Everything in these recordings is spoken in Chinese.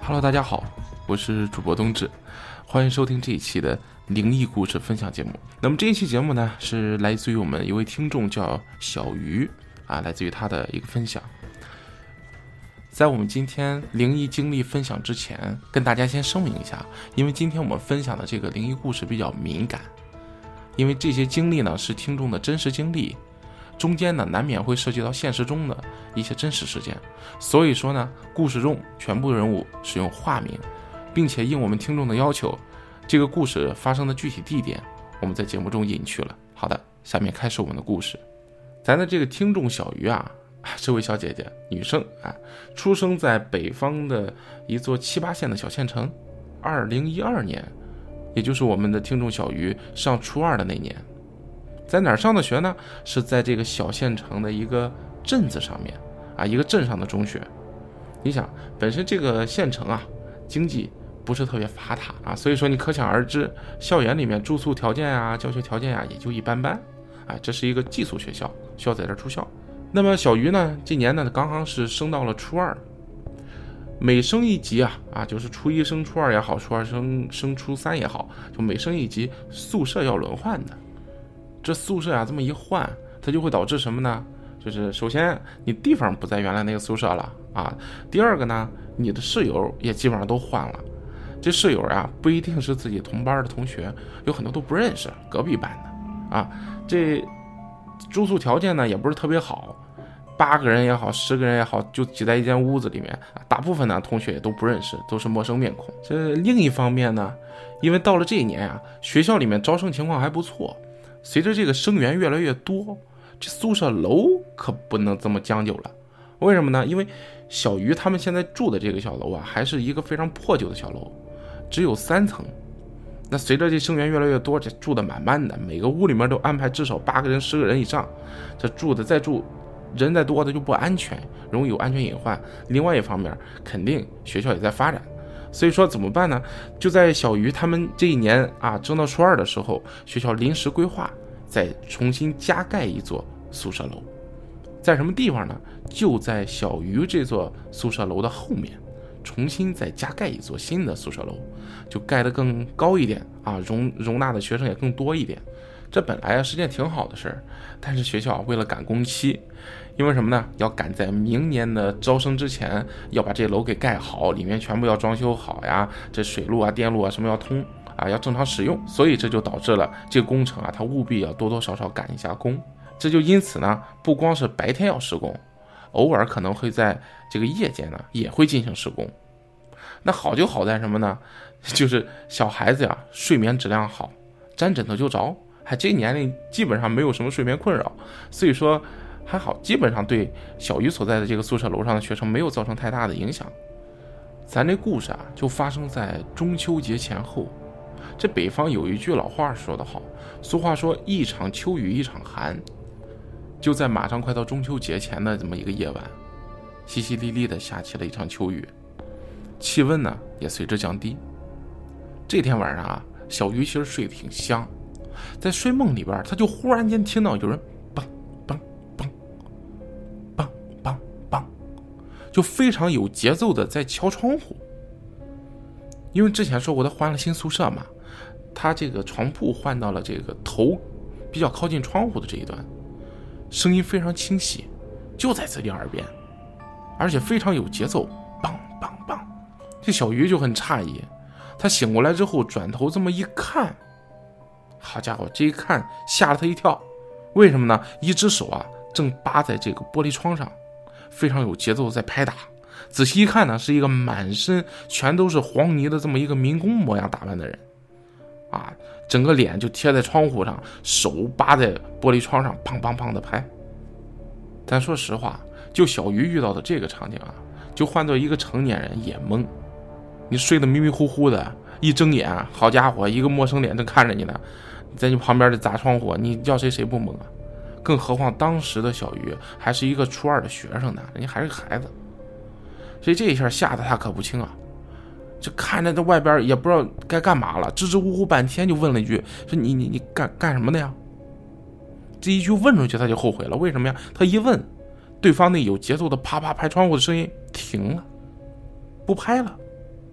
Hello， 大家好，我是主播冬至，欢迎收听这一期的灵异故事分享节目。那么这一期节目呢，是来自于我们一位听众叫小鱼来自于他的一个分享。在我们今天灵异经历分享之前，跟大家先声明一下，因为今天我们分享的这个灵异故事比较敏感，因为这些经历呢是听众的真实经历，中间呢难免会涉及到现实中的一些真实事件，所以说呢，故事中全部人物使用化名，并且应我们听众的要求，这个故事发生的具体地点我们在节目中隐去了。好的，下面开始我们的故事。咱的这个听众小鱼这位小姐姐，女生出生在北方的一座7、8线的小县城。2012年，也就是我们的听众小鱼上初二的那年，在哪儿上的学呢？是在这个小县城的一个镇子上面一个镇上的中学。你想，本身这个县城经济不是特别发达所以说你可想而知，校园里面住宿条件教学条件也就一般般这是一个寄宿学校，需要在这出校。那么小鱼呢，今年呢刚刚是升到了初二，每升一级就是初一升初二也好，初二升初三也好，就每升一级宿舍要轮换的。这宿舍这么一换，它就会导致什么呢？就是首先你地方不在原来那个宿舍了第二个呢，你的室友也基本上都换了。这室友不一定是自己同班的同学，有很多都不认识，隔壁班的这住宿条件呢也不是特别好，8个人也好，10个人也好，就挤在一间屋子里面大部分呢同学也都不认识，都是陌生面孔。这另一方面呢，因为到了这一年学校里面招生情况还不错，随着这个生源越来越多，这宿舍楼可不能这么将就了。为什么呢？因为小鱼他们现在住的这个小楼还是一个非常破旧的小楼，只有3层。那随着这生源越来越多，这住的满满的，每个屋里面都安排至少8个人、10个人以上，这住的再住人再多的就不安全，容易有安全隐患。另外一方面，肯定学校也在发展，所以说怎么办呢？就在小鱼他们这一年升到初二的时候，学校临时规划再重新加盖一座宿舍楼。在什么地方呢？就在小鱼这座宿舍楼的后面，重新再加盖一座新的宿舍楼，就盖得更高一点容纳的学生也更多一点。这本来是件挺好的事儿，但是学校为了赶工期，因为什么呢？要赶在明年的招生之前要把这楼给盖好，里面全部要装修好这水路电路什么要通要正常使用，所以这就导致了这个工程它务必要多多少少赶一下工。这就因此呢，不光是白天要施工，偶尔可能会在这个夜间呢也会进行施工。那好就好在什么呢？就是小孩子睡眠质量好，沾枕头就着，这年龄基本上没有什么睡眠困扰，所以说还好，基本上对小鱼所在的这个宿舍楼上的学生没有造成太大的影响。咱这故事就发生在中秋节前后。这北方有一句老话说得好，俗话说一场秋雨一场寒。就在马上快到中秋节前的这么一个夜晚，淅淅沥沥的下起了一场秋雨，气温呢也随之降低。这天晚上小鱼其实睡得挺香，在睡梦里边他就忽然间听到有人梆梆梆梆梆梆，就非常有节奏的在敲窗户。因为之前说过他换了新宿舍嘛，他这个床铺换到了这个头比较靠近窗户的这一端，声音非常清晰，就在自己耳边，而且非常有节奏，梆梆梆。这小鱼就很诧异，他醒过来之后转头这么一看，好家伙，这一看吓了他一跳。为什么呢？一只手正扒在这个玻璃窗上，非常有节奏在拍打。仔细一看呢，是一个满身全都是黄泥的这么一个民工模样打扮的人整个脸就贴在窗户上，手扒在玻璃窗上，砰砰砰的拍。但说实话，就小鱼遇到的这个场景就换做一个成年人也懵。你睡得迷迷糊糊的，一睁眼，好家伙，一个陌生脸正看着你呢，在你旁边的砸窗户，你叫谁不懵更何况当时的小鱼还是一个初二的学生呢，人家还是个孩子。所以这一下吓得他可不轻就看着在外边也不知道该干嘛了，支支吾吾半天就问了一句，说你干什么的呀？这一句问出去他就后悔了，为什么呀？他一问，对方那有节奏的啪啪拍窗户的声音停了，不拍了。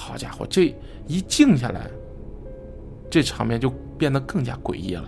好家伙，这一静下来，这场面就变得更加诡异了。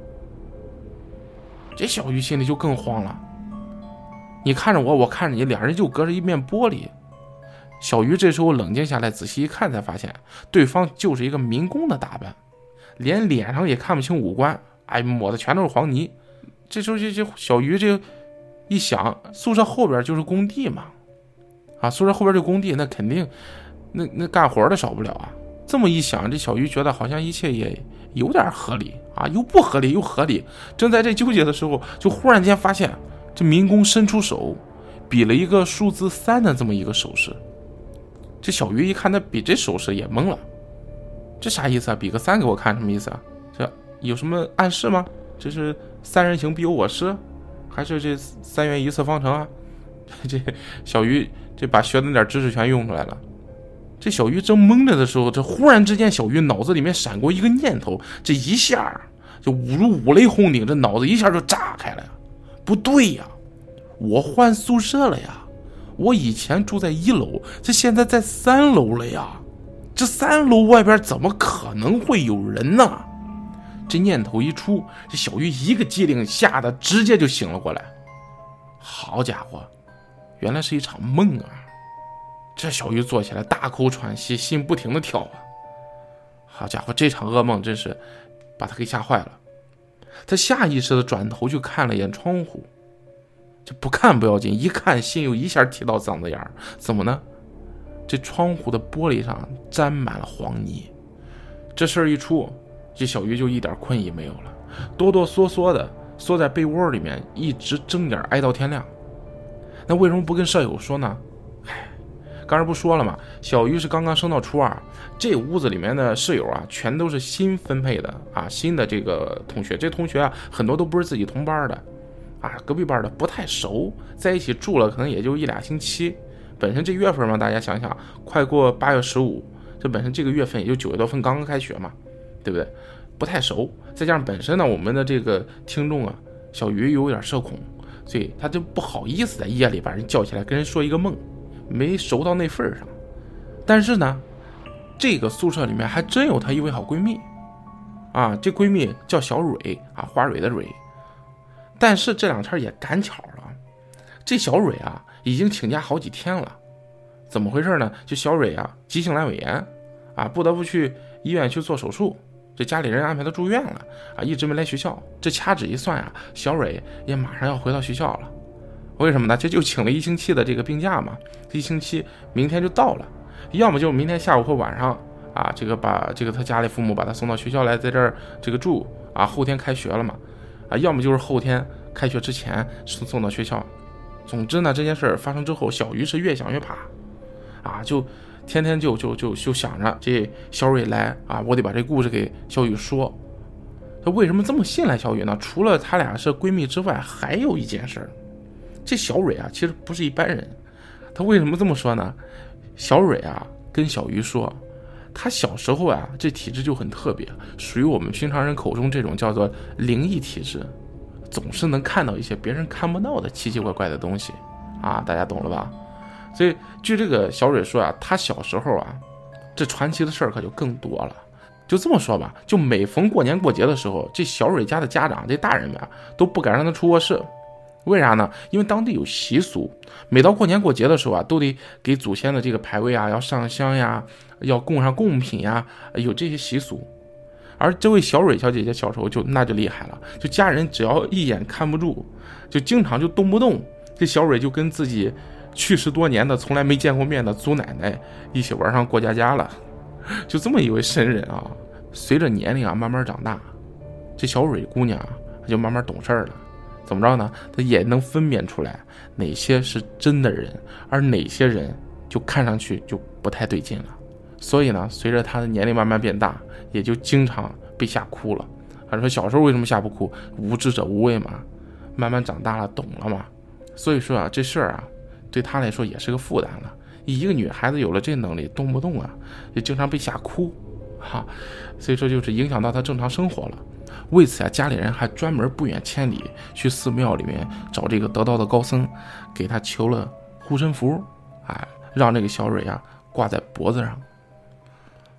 这小鱼心里就更慌了，你看着我，我看着你，两人就隔着一面玻璃。小鱼这时候冷静下来，仔细一看，才发现对方就是一个民工的打扮，连脸上也看不清五官，抹的全都是黄泥。这时候这小鱼这一想，宿舍后边就是工地嘛，宿舍后边这工地，那肯定那干活的少不了啊。这么一想，这小鱼觉得好像一切也有点合理又不合理又合理。正在这纠结的时候，就忽然间发现这民工伸出手比了一个数字3的这么一个手势。这小鱼一看他比这手势也懵了，这啥意思啊？比个3给我看什么意思啊？这有什么暗示吗？这是3人行必有我师，还是这3元一次方程啊？这小鱼这把学的那点知识全用出来了。这小鱼正懵着的时候，这忽然之间小鱼脑子里面闪过一个念头，这一下就如五雷轰顶，这脑子一下就炸开了呀！不对呀，我换宿舍了呀！我以前住在1楼，这现在在3楼了呀！这3楼外边怎么可能会有人呢？这念头一出，这小鱼一个机灵，吓得直接就醒了过来。好家伙，原来是一场梦啊！这小鱼坐起来，大口喘息，心不停的跳啊！好家伙，这场噩梦真是把他给吓坏了。他下意识的转头去看了一眼窗户，这不看不要紧，一看心又一下提到嗓子眼儿。怎么呢？这窗户的玻璃上沾满了黄泥。这事儿一出，这小鱼就一点困意没有了，哆哆嗦嗦的缩在被窝里面，一直睁眼挨到天亮。那为什么不跟舍友说呢？刚才不说了吗？小鱼是刚刚升到初2，这屋子里面的室友全都是新分配的新的这个同学。这同学很多都不是自己同班的隔壁班的，不太熟，在一起住了可能也就1-2星期。本身这月份嘛，大家想想，快过8月15，这本身这个月份也就9月多份刚刚开学嘛，对不对？不太熟，再加上本身呢，我们的这个听众小鱼有点社恐，所以他就不好意思在夜里把人叫起来跟人说一个梦，没熟到那份上。但是呢，这个宿舍里面还真有她一位好闺蜜这闺蜜叫小蕊花蕊的蕊。但是这2天也赶巧了，这小蕊已经请假好几天了。怎么回事呢？就小蕊急性阑尾炎不得不去医院去做手术，这家里人安排她住院了一直没来学校。这掐指一算小蕊也马上要回到学校了。为什么呢？这就请了1星期的这个病假嘛，1星期明天就到了，要么就明天下午或晚上这个把这个他家里父母把他送到学校来，在这儿这个住后天开学了嘛要么就是后天开学之前送到学校。总之呢，这件事发生之后，小鱼是越想越怕就天天就想着这小蕊来我得把这故事给小雨说。他为什么这么信赖小雨呢？除了他俩是闺蜜之外，还有一件事。这小蕊其实不是一般人。他为什么这么说呢？小蕊跟小鱼说，他小时候这体质就很特别，属于我们平常人口中这种叫做灵异体质，总是能看到一些别人看不到的奇奇怪怪的东西大家懂了吧？所以据这个小蕊说他小时候这传奇的事儿可就更多了。就这么说吧，就每逢过年过节的时候，这小蕊家的家长这大人们都不敢让他出卧室。为啥呢？因为当地有习俗，每到过年过节的时候都得给祖先的这个牌位要上香呀，要供上贡品呀，有这些习俗。而这位小蕊小姐姐小时候那就厉害了，就家人只要一眼看不住，就经常就动不动这小蕊就跟自己去世多年的从来没见过面的祖奶奶一起玩上过家家了。就这么一位神人随着年龄慢慢长大，这小蕊姑娘就慢慢懂事了。怎么着呢？她也能分辨出来哪些是真的人，而哪些人就看上去就不太对劲了。所以呢，随着她的年龄慢慢变大，也就经常被吓哭了。说小时候为什么吓不哭？无知者无畏嘛。慢慢长大了，懂了嘛。所以说这事儿对她来说也是个负担了。一个女孩子有了这能力，动不动就经常被吓哭所以说就是影响到她正常生活了。为此家里人还专门不远千里去寺庙里面找这个得道的高僧，给他求了护身符让这个小蕊挂在脖子上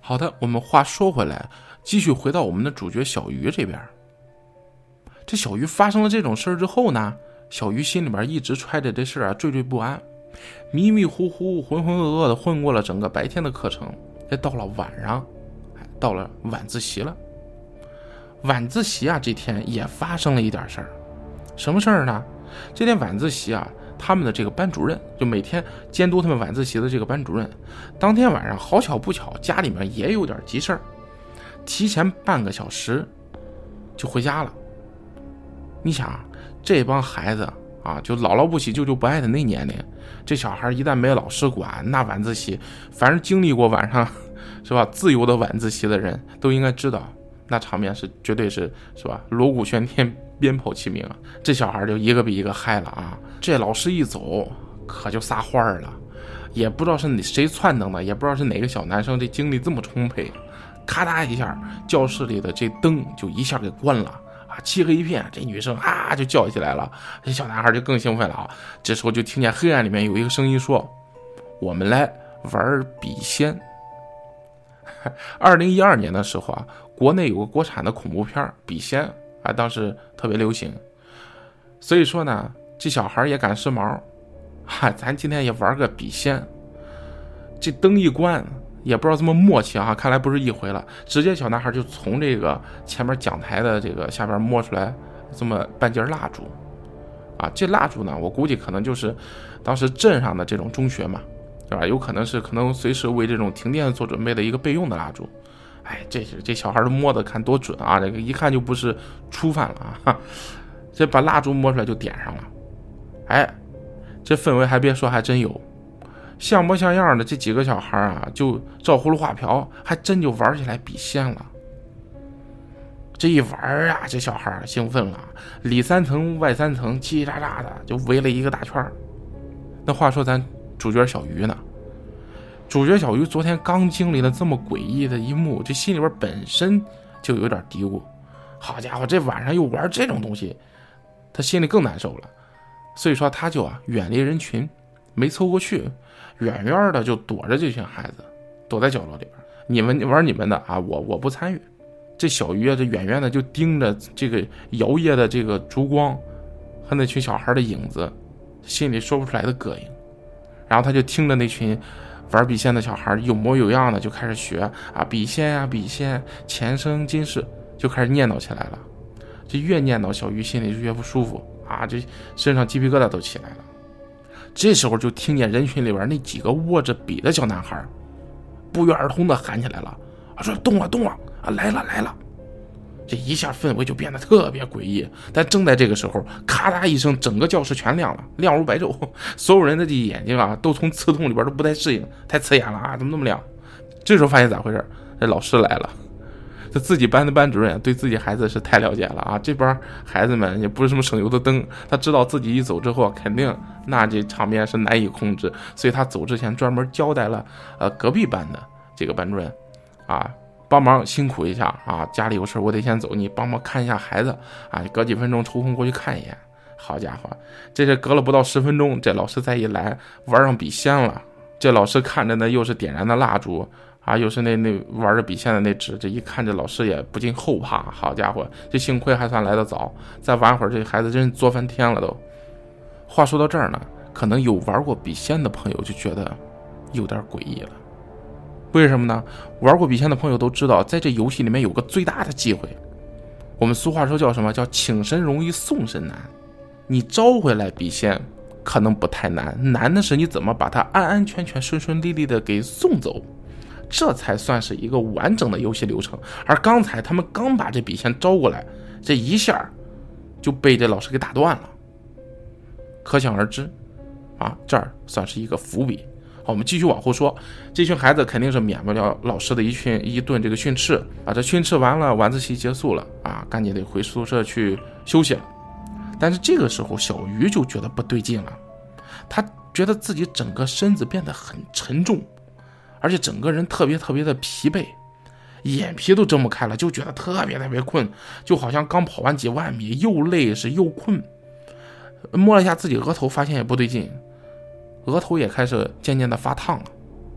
好的，我们话说回来，继续回到我们的主角小鱼这边。这小鱼发生了这种事之后呢，小鱼心里边一直揣着这事啊，惴惴不安，迷迷糊糊浑浑噩噩的混过了整个白天的课程。这到了晚上，到了晚自习了。晚自习啊，这天也发生了一点事儿。什么事儿呢？这天晚自习啊，他们的这个班主任，就每天监督他们晚自习的这个班主任，当天晚上好巧不巧，家里面也有点急事儿，提前半个小时就回家了。你想，这帮孩子啊，就姥姥不喜舅舅不爱的那年龄，这小孩一旦没老师管，那晚自习，凡是经历过晚上是吧自由的晚自习的人都应该知道，那场面是绝对是吧锣鼓喧天，鞭炮齐鸣啊！这小孩就一个比一个嗨了啊！这老师一走可就撒欢了，也不知道是谁撺掇的，也不知道是哪个小男生这精力这么充沛，咔嗒一下，教室里的这灯就一下给关了啊！漆黑一片，这女生啊就叫起来了，这小男孩就更兴奋了啊！这时候就听见黑暗里面有一个声音说：“我们来玩笔仙。”2012年的时候啊，国内有个国产的恐怖片《笔仙》啊，当时特别流行。所以说呢，这小孩也赶时髦，咱今天也玩个笔仙。这灯一关，也不知道这么默契啊，看来不是一回了，直接小男孩就从这个前面讲台的这个下边摸出来这么半截蜡烛啊。这蜡烛呢，我估计可能就是当时镇上的这种中学嘛，对吧？有可能随时为这种停电做准备的一个备用的蜡烛。这小孩都摸的看多准啊！这个一看就不是初犯了啊！这把蜡烛摸出来就点上了，这氛围还别说，还真有，像模像样的这几个小孩啊，就照葫芦画瓢，还真就玩起来笔仙了。这一玩啊，这小孩兴奋了，里3层外3层，叽叽喳喳的就围了一个大圈。那话说咱主角小鱼呢？主角小鱼昨天刚经历了这么诡异的一幕，这心里边本身就有点嘀咕，好家伙，这晚上又玩这种东西，他心里更难受了。所以说他就远离人群，没凑过去，远远的就躲着这群孩子，躲在角落里边，你们玩你们的啊，我不参与。这小鱼这远远的就盯着这个摇曳的这个烛光和那群小孩的影子，心里说不出来的膈应。然后他就听着那群玩笔仙的小孩有模有样的就开始学啊，笔仙啊笔仙，前生今世，就开始念叨起来了。这越念叨，小鱼心里就越不舒服啊，这身上鸡皮疙瘩都起来了。这时候就听见人群里边那几个握着笔的小男孩不约而同的喊起来了，说动了动了啊，来了来了。这一下氛围就变得特别诡异，但正在这个时候，咔嗒一声，整个教室全亮了，亮如白昼，所有人的这眼睛啊，都从刺痛里边都不太适应，太刺眼了啊，怎么那么亮？这时候发现咋回事？这老师来了，这自己班的班主任对自己孩子是太了解了啊，这帮孩子们也不是什么省油的灯，他知道自己一走之后，肯定那这场面是难以控制，所以他走之前专门交代了隔壁班的这个班主任啊，帮忙辛苦一下啊！家里有事我得先走，你帮忙看一下孩子啊！隔几分钟抽空过去看一眼。好家伙，这是隔了不到10分钟，这老师再一来，玩上笔仙了。这老师看着呢，又是点燃的蜡烛啊，又是那玩着笔仙的那纸，这一看这老师也不禁后怕。好家伙，这幸亏还算来得早，再玩会儿这孩子真是作翻天了都。话说到这儿呢，可能有玩过笔仙的朋友就觉得有点诡异了。为什么呢？玩过笔仙的朋友都知道，在这游戏里面有个最大的忌讳，我们俗话说叫什么？叫请神容易送神难。你招回来笔仙可能不太难，难的是你怎么把它安安全全顺顺利利的给送走，这才算是一个完整的游戏流程。而刚才他们刚把这笔仙招过来，这一下就被这老师给打断了，可想而知啊，这儿算是一个伏笔。好，我们继续往后说，这群孩子肯定是免不了老师的一顿这个训斥啊。这训斥完了，晚自习结束了啊，赶紧得回宿舍去休息了。但是这个时候，小鱼就觉得不对劲了，他觉得自己整个身子变得很沉重，而且整个人特别的疲惫，眼皮都睁不开了，就觉得特别困，就好像刚跑完几万米，又累是又困。摸了一下自己额头，发现也不对劲。额头也开始渐渐的发烫了，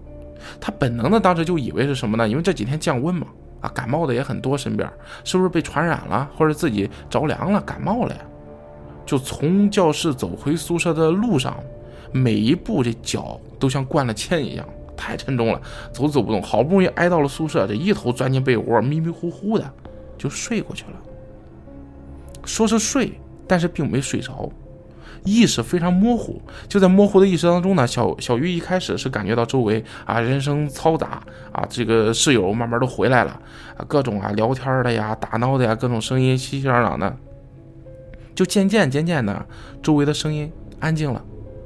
他本能的当时就以为是什么呢？因为这几天降温嘛，感冒的也很多，身边是不是被传染了，或者自己着凉了感冒了呀？就从教室走回宿舍的路上，每一步这脚都像灌了铅一样，太沉重了，走不动，好不容易挨到了宿舍，这一头钻进被窝，迷迷糊糊的就睡过去了。说是睡，但是并没睡着，意识非常模糊。就在模糊的意识当中呢，小鱼一开始是感觉到周围人声嘈杂这个室友慢慢都回来了各种聊天的呀、打闹的呀，各种声音熙熙攘攘的，就渐渐的周围的声音安静了，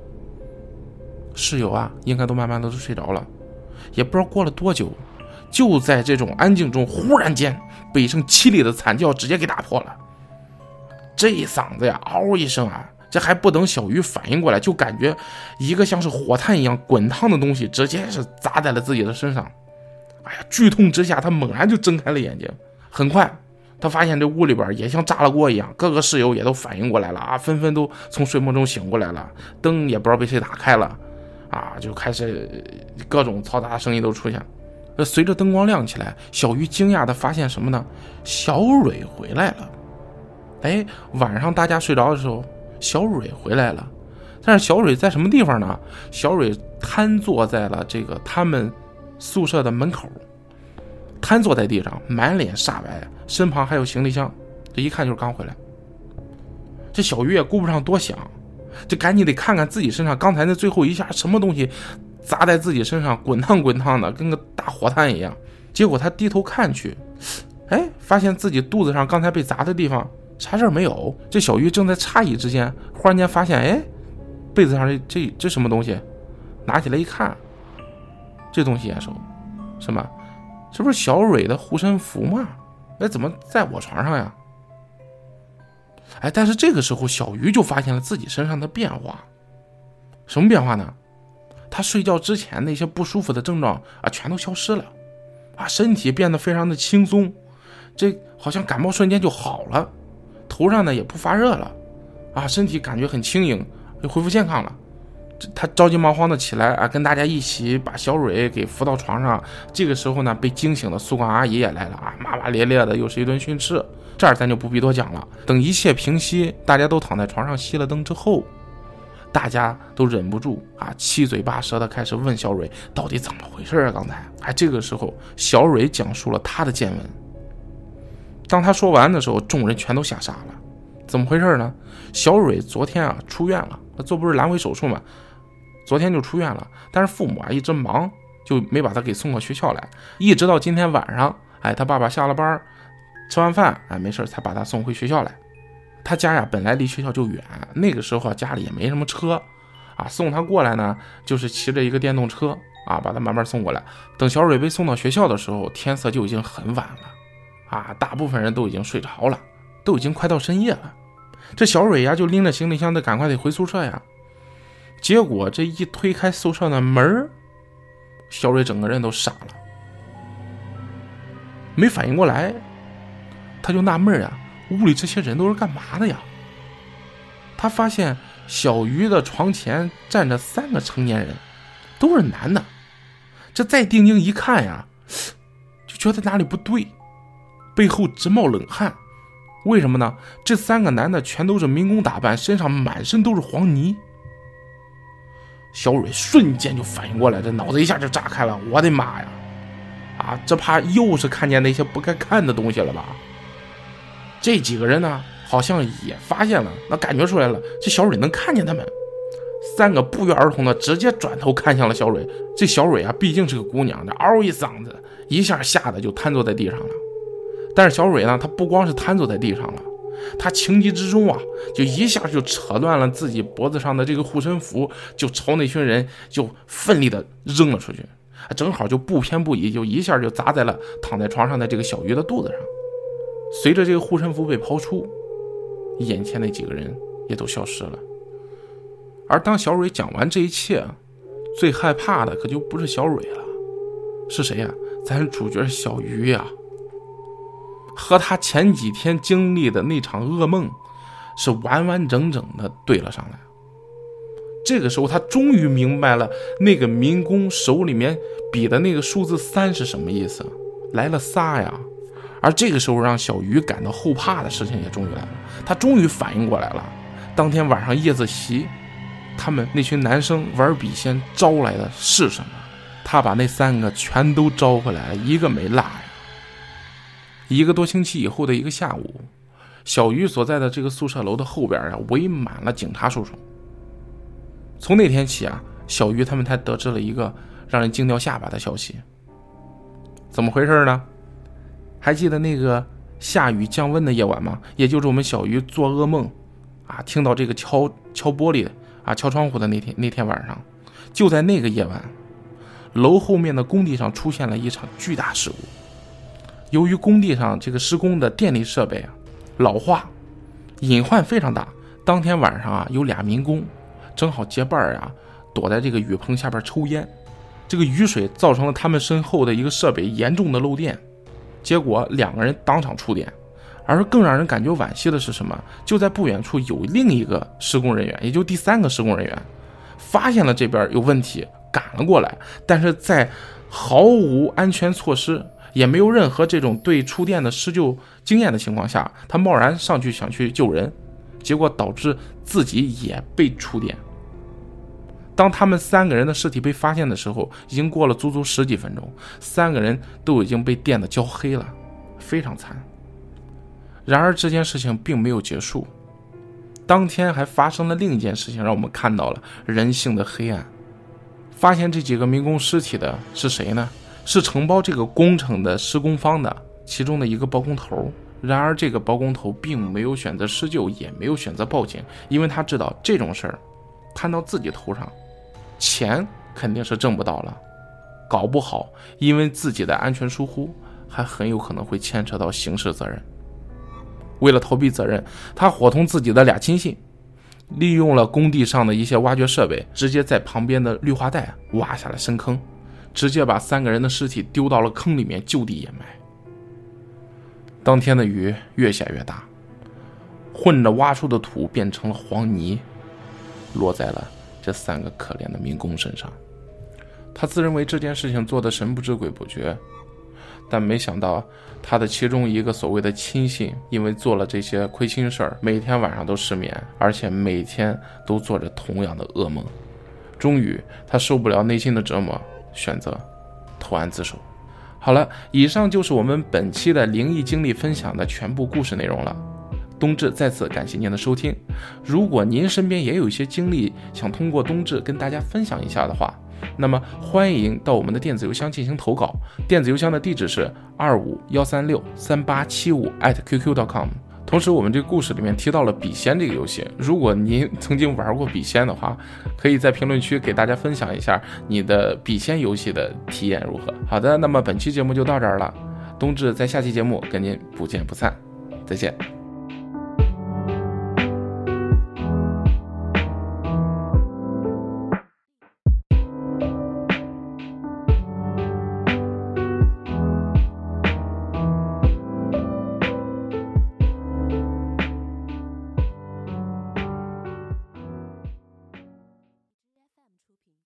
室友应该都慢慢的都睡着了。也不知道过了多久，就在这种安静中，忽然间被一声凄厉的惨叫直接给打破了。这一嗓子呀，嗷一声这还不等小鱼反应过来，就感觉一个像是火炭一样滚烫的东西直接是砸在了自己的身上。剧痛之下他猛然就睁开了眼睛。很快他发现这屋里边也像炸了锅一样，各个室友也都反应过来了纷纷都从睡梦中醒过来了，灯也不知道被谁打开了就开始各种嘈杂的声音都出现。随着灯光亮起来，小鱼惊讶的发现什么呢？小蕊回来了。晚上大家睡着的时候，小蕊回来了。但是小蕊在什么地方呢？小蕊瘫坐在了这个他们宿舍的门口，瘫坐在地上，满脸煞白，身旁还有行李箱，这一看就是刚回来。这小鱼也顾不上多想，就赶紧得看看自己身上刚才那最后一下什么东西砸在自己身上，滚烫的跟个大火炭一样。结果他低头看去，发现自己肚子上刚才被砸的地方啥事儿没有。这小鱼正在诧异之间，忽然间发现被子上这什么东西，拿起来一看，这东西眼熟，什么？这不是小蕊的护身符吗？怎么在我床上呀？但是这个时候小鱼就发现了自己身上的变化。什么变化呢？他睡觉之前那些不舒服的症状全都消失了身体变得非常的轻松，这好像感冒瞬间就好了，头上呢也不发热了身体感觉很轻盈，就恢复健康了。他着急忙慌的起来跟大家一起把小蕊给扶到床上。这个时候呢，被惊醒的宿管阿姨也来了骂骂咧咧的，又是一顿训斥。这儿咱就不必多讲了。等一切平息，大家都躺在床上熄了灯之后，大家都忍不住七嘴八舌的开始问小蕊到底怎么回事刚才这个时候小蕊讲述了她的见闻。当她说完的时候，众人全都吓傻了。怎么回事呢？小蕊昨天出院了，做不是阑尾手术嘛，昨天就出院了。但是父母一直忙，就没把她给送到学校来，一直到今天晚上她爸爸下了班吃完饭没事才把她送回学校来。他家本来离学校就远，那个时候家里也没什么车送他过来呢，就是骑着一个电动车把他慢慢送过来。等小蕊被送到学校的时候，天色就已经很晚了大部分人都已经睡着了，都已经快到深夜了。这小蕊就拎着行李箱的赶快得回宿舍呀。结果这一推开宿舍的门，小蕊整个人都傻了，没反应过来。他就纳闷屋里这些人都是干嘛的呀？他发现小鱼的床前站着3个成年人，都是男的。这再定睛一看就觉得哪里不对，背后直冒冷汗。为什么呢？这3个男的全都是民工打扮，身上满身都是黄泥。小蕊瞬间就反应过来，这脑子一下就炸开了。我的妈呀！这怕又是看见那些不该看的东西了吧？这几个人呢，好像也发现了，那感觉出来了，这小蕊能看见他们。3个不约而同的直接转头看向了小蕊。这小蕊毕竟是个姑娘，这嗷一嗓子，一下吓得就瘫坐在地上了。但是小蕊呢，她不光是瘫坐在地上了，她情急之中就一下就扯乱了自己脖子上的这个护身符，就朝那群人就奋力的扔了出去，正好就不偏不倚，就一下就砸在了躺在床上的这个小鱼的肚子上。随着这个护身符被抛出，眼前那几个人也都消失了。而当小蕊讲完这一切，最害怕的可就不是小蕊了，是谁呀？咱主角小鱼呀。和他前几天经历的那场噩梦是完完整整的对了上来。 这个时候他终于明白了那个民工手里面比的那个数字3是什么意思，来了仨呀。而这个时候让小鱼感到后怕的事情也终于来了，他终于反应过来了，当天晚上夜自习他们那群男生玩笔仙招来的是什么，他把那3个全都招回来了，一个没落呀。1个多星期以后的一个下午，小鱼所在的这个宿舍楼的后边围满了警察叔叔。从那天起小鱼他们才得知了一个让人惊掉下巴的消息。怎么回事呢？还记得那个下雨降温的夜晚吗？也就是我们小鱼做噩梦听到这个敲玻璃敲窗户的那天晚上，就在那个夜晚，楼后面的工地上出现了一场巨大事故。由于工地上这个施工的电力设备老化，隐患非常大。当天晚上有2民工正好结伴躲在这个雨棚下边抽烟，这个雨水造成了他们身后的一个设备严重的漏电，结果2个人当场触电。而更让人感觉惋惜的是什么？就在不远处有另一个施工人员，也就第3个施工人员发现了这边有问题，赶了过来，但是在毫无安全措施，也没有任何这种对触电的施救经验的情况下，他贸然上去想去救人，结果导致自己也被触电。当他们3个人的尸体被发现的时候，已经过了足足10几分钟，3个人都已经被电得焦黑了，非常惨。然而这件事情并没有结束，当天还发生了另一件事情，让我们看到了人性的黑暗。发现这几个民工尸体的是谁呢？是承包这个工程的施工方的其中的一个包工头。然而这个包工头并没有选择施救，也没有选择报警，因为他知道这种事儿摊到自己头上，钱肯定是挣不到了，搞不好因为自己的安全疏忽，还很有可能会牵扯到刑事责任。为了逃避责任，他伙同自己的2亲信，利用了工地上的一些挖掘设备，直接在旁边的绿化带挖下了深坑，直接把3个人的尸体丢到了坑里面就地掩埋。当天的雨越下越大，混着挖出的土变成了黄泥，落在了这3个可怜的民工身上。他自认为这件事情做得神不知鬼不觉，但没想到他的其中一个所谓的亲信，因为做了这些亏心事儿，每天晚上都失眠，而且每天都做着同样的噩梦。终于他受不了内心的折磨，选择投案自首。好了，以上就是我们本期的灵异经历分享的全部故事内容了。冬至再次感谢您的收听。如果您身边也有一些经历想通过冬至跟大家分享一下的话，那么欢迎到我们的电子邮箱进行投稿，电子邮箱的地址是251363875@qq.com。同时我们这个故事里面提到了笔仙这个游戏，如果您曾经玩过笔仙的话，可以在评论区给大家分享一下你的笔仙游戏的体验如何。好的，那么本期节目就到这儿了，冬至在下期节目跟您不见不散，再见。